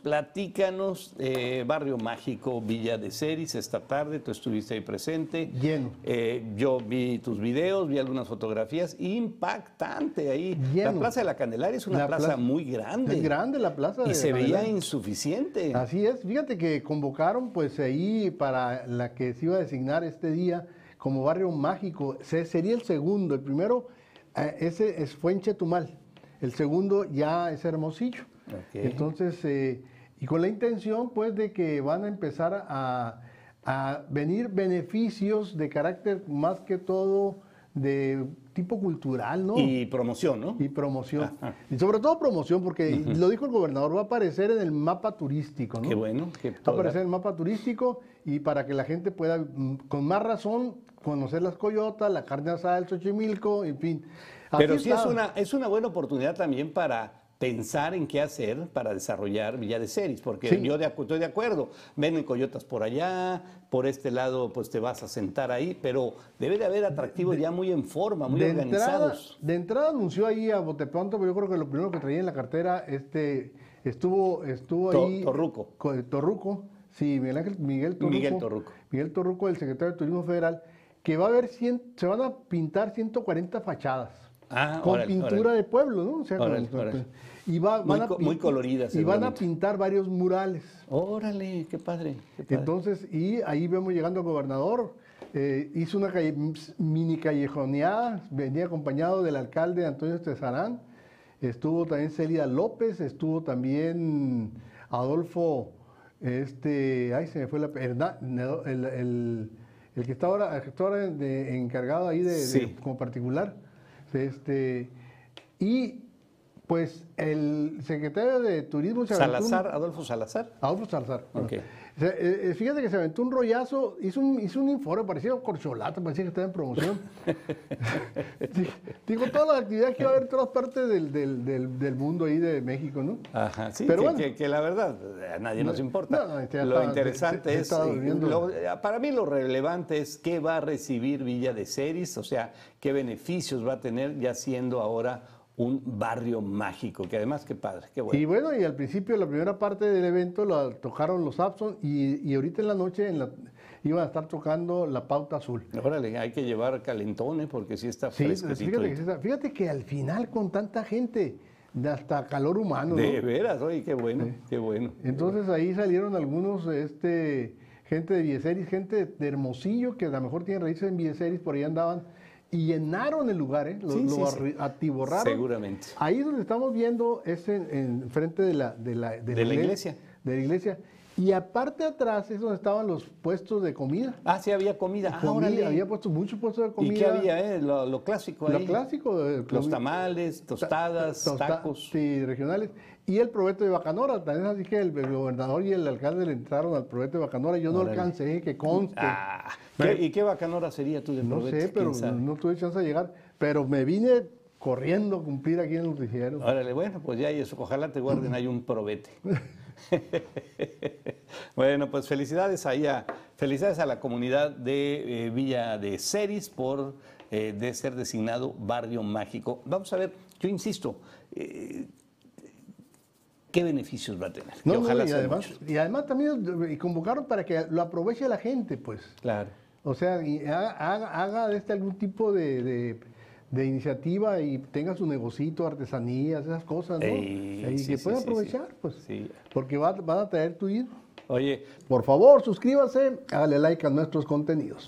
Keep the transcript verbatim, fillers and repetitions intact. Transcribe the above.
platícanos, eh, Barrio Mágico, Villa de Ceris, esta tarde, tú estuviste ahí presente. Lleno. Eh, yo vi tus videos, vi algunas fotografías, impactante ahí. Lleno. La Plaza de la Candelaria es una La plaza, plaza- muy grande. Es grande la plaza. Y de se veía Candelaria. insuficiente. Así es. Fíjate que convocaron pues ahí para la que se iba a designar este día como Barrio Mágico. Se- sería el segundo. El primero, eh, ese es, fue en Chetumal. El segundo ya es Hermosillo. Ok. Entonces, eh, y con la intención pues de que van a empezar a, a venir beneficios de carácter más que todo de tipo cultural, ¿no? Y promoción, ¿no? Y promoción. Ajá. Y sobre todo promoción, porque lo dijo el gobernador, va a aparecer en el mapa turístico, ¿no? Qué bueno. Que Va a aparecer en el mapa turístico y para que la gente pueda, mm, con más razón, conocer las coyotas, la carne asada del Xochimilco, en fin. Así Pero sí es está. una, es una buena oportunidad también para pensar en qué hacer para desarrollar Villa de Ceris, porque Sí. yo de acu- estoy de acuerdo, venden coyotas por allá, por este lado pues te vas a sentar ahí, pero debe de haber atractivos ya muy en forma, muy de entrada, organizados. de entrada anunció ahí a bote pronto, pero yo creo que lo primero que traía en la cartera este estuvo estuvo To- ahí Torruco. con- Torruco, sí, Miguel Ángel Miguel Torruco. Miguel Torruco. Miguel Torruco, el secretario de Turismo Federal, que va a haber cien, se van a pintar ciento cuarenta fachadas. Ah, Con órale, pintura órale. de pueblo, ¿no? O sea, con- Órale, con- órale. Y va- Muy van a co- pin- muy coloridas, Y van a seguramente. pintar varios murales. Órale, qué padre, qué padre. Entonces, y ahí vemos llegando al gobernador, eh, hizo una calle- mini callejoneada, venía acompañado del alcalde Antonio Estezarán, estuvo también Celia López, estuvo también Adolfo, este, ay, se me fue la, Herná- el, el- el que está ahora, el que está ahora de- encargado ahí de, de- Sí. como particular, este, y pues el secretario de Turismo se aventó un- Salazar, Adolfo Salazar. Adolfo Salazar. Ok. O sea, eh, eh, fíjate que se aventó un rollazo, hizo un, hizo un informe, parecía corcholata, parecía que estaba en promoción. Sí, digo, todas las actividades que va a haber en todas partes del, del, del, del mundo ahí de México, ¿no? Ajá, sí, Pero que, bueno. que- que la verdad a nadie nos importa. no, no, ya lo está- interesante se- se es, está eh, durmiendo. lo- eh, para mí lo relevante es qué va a recibir Villa de Ceris, o sea, qué beneficios va a tener ya siendo ahora un barrio mágico, que además qué padre, qué bueno. Y bueno, y al principio, la primera parte del evento, la tocaron los Abson y, y ahorita en la noche en la, iban a estar tocando la Pauta Azul. Órale, hay que llevar calentones porque sí está Sí, fresquecito. fíjate, que, sí está- fíjate que al final con tanta gente, de hasta calor humano, ¿no? De veras, oye, qué bueno, qué bueno. Entonces ahí salieron algunos, este, gente de Villeceris, gente de Hermosillo, que a lo mejor tienen raíces en Villeceris, por ahí andaban, y llenaron el lugar, ¿eh? Lo, Sí, lo sí, sí. arri- atiborraron. Seguramente. Ahí donde estamos viendo es en, en frente de la, de la, De la iglesia. De la iglesia. Y aparte atrás es donde estaban los puestos de comida. Ah, sí, había comida. Ah, Comida, órale. había puesto muchos puestos de comida. ¿Y qué había? Eh? Lo, lo clásico Lo ahí. clásico. de Los comida. tamales, tostadas, Tosta- tacos. Sí, regionales. Y el probete de Bacanora. También así que el, el gobernador y el alcalde le entraron al probete de Bacanora. Yo no Órale. alcancé, que conste. Ah, Pero- ¿qué- ¿Y qué bacanora sería tú de no probete? sé, pero ¿Quién sabe? no tuve chance de llegar. Pero me vine corriendo a cumplir aquí en el noticiero. Órale, bueno, pues ya y eso, ojalá te guarden ahí un probete. Bueno, pues felicidades ahí a, felicidades a la comunidad de eh, Villa de Ceris por eh, de ser designado barrio mágico. Vamos a ver, yo insisto, eh, ¿qué beneficios va a tener? No, Que no, ojalá y, sean además, muchos. y además también y convocaron para que lo aproveche la gente, pues. Claro. O sea, y haga, haga, haga de este algún tipo de, de- de iniciativa y tenga su negocito, artesanías, esas cosas, ¿no? Ey, y sí, que sí, pueda sí, sí. aprovechar, pues. Sí. Porque va- van a traer turismo. Oye, Por favor, suscríbase, hágale like a nuestros contenidos.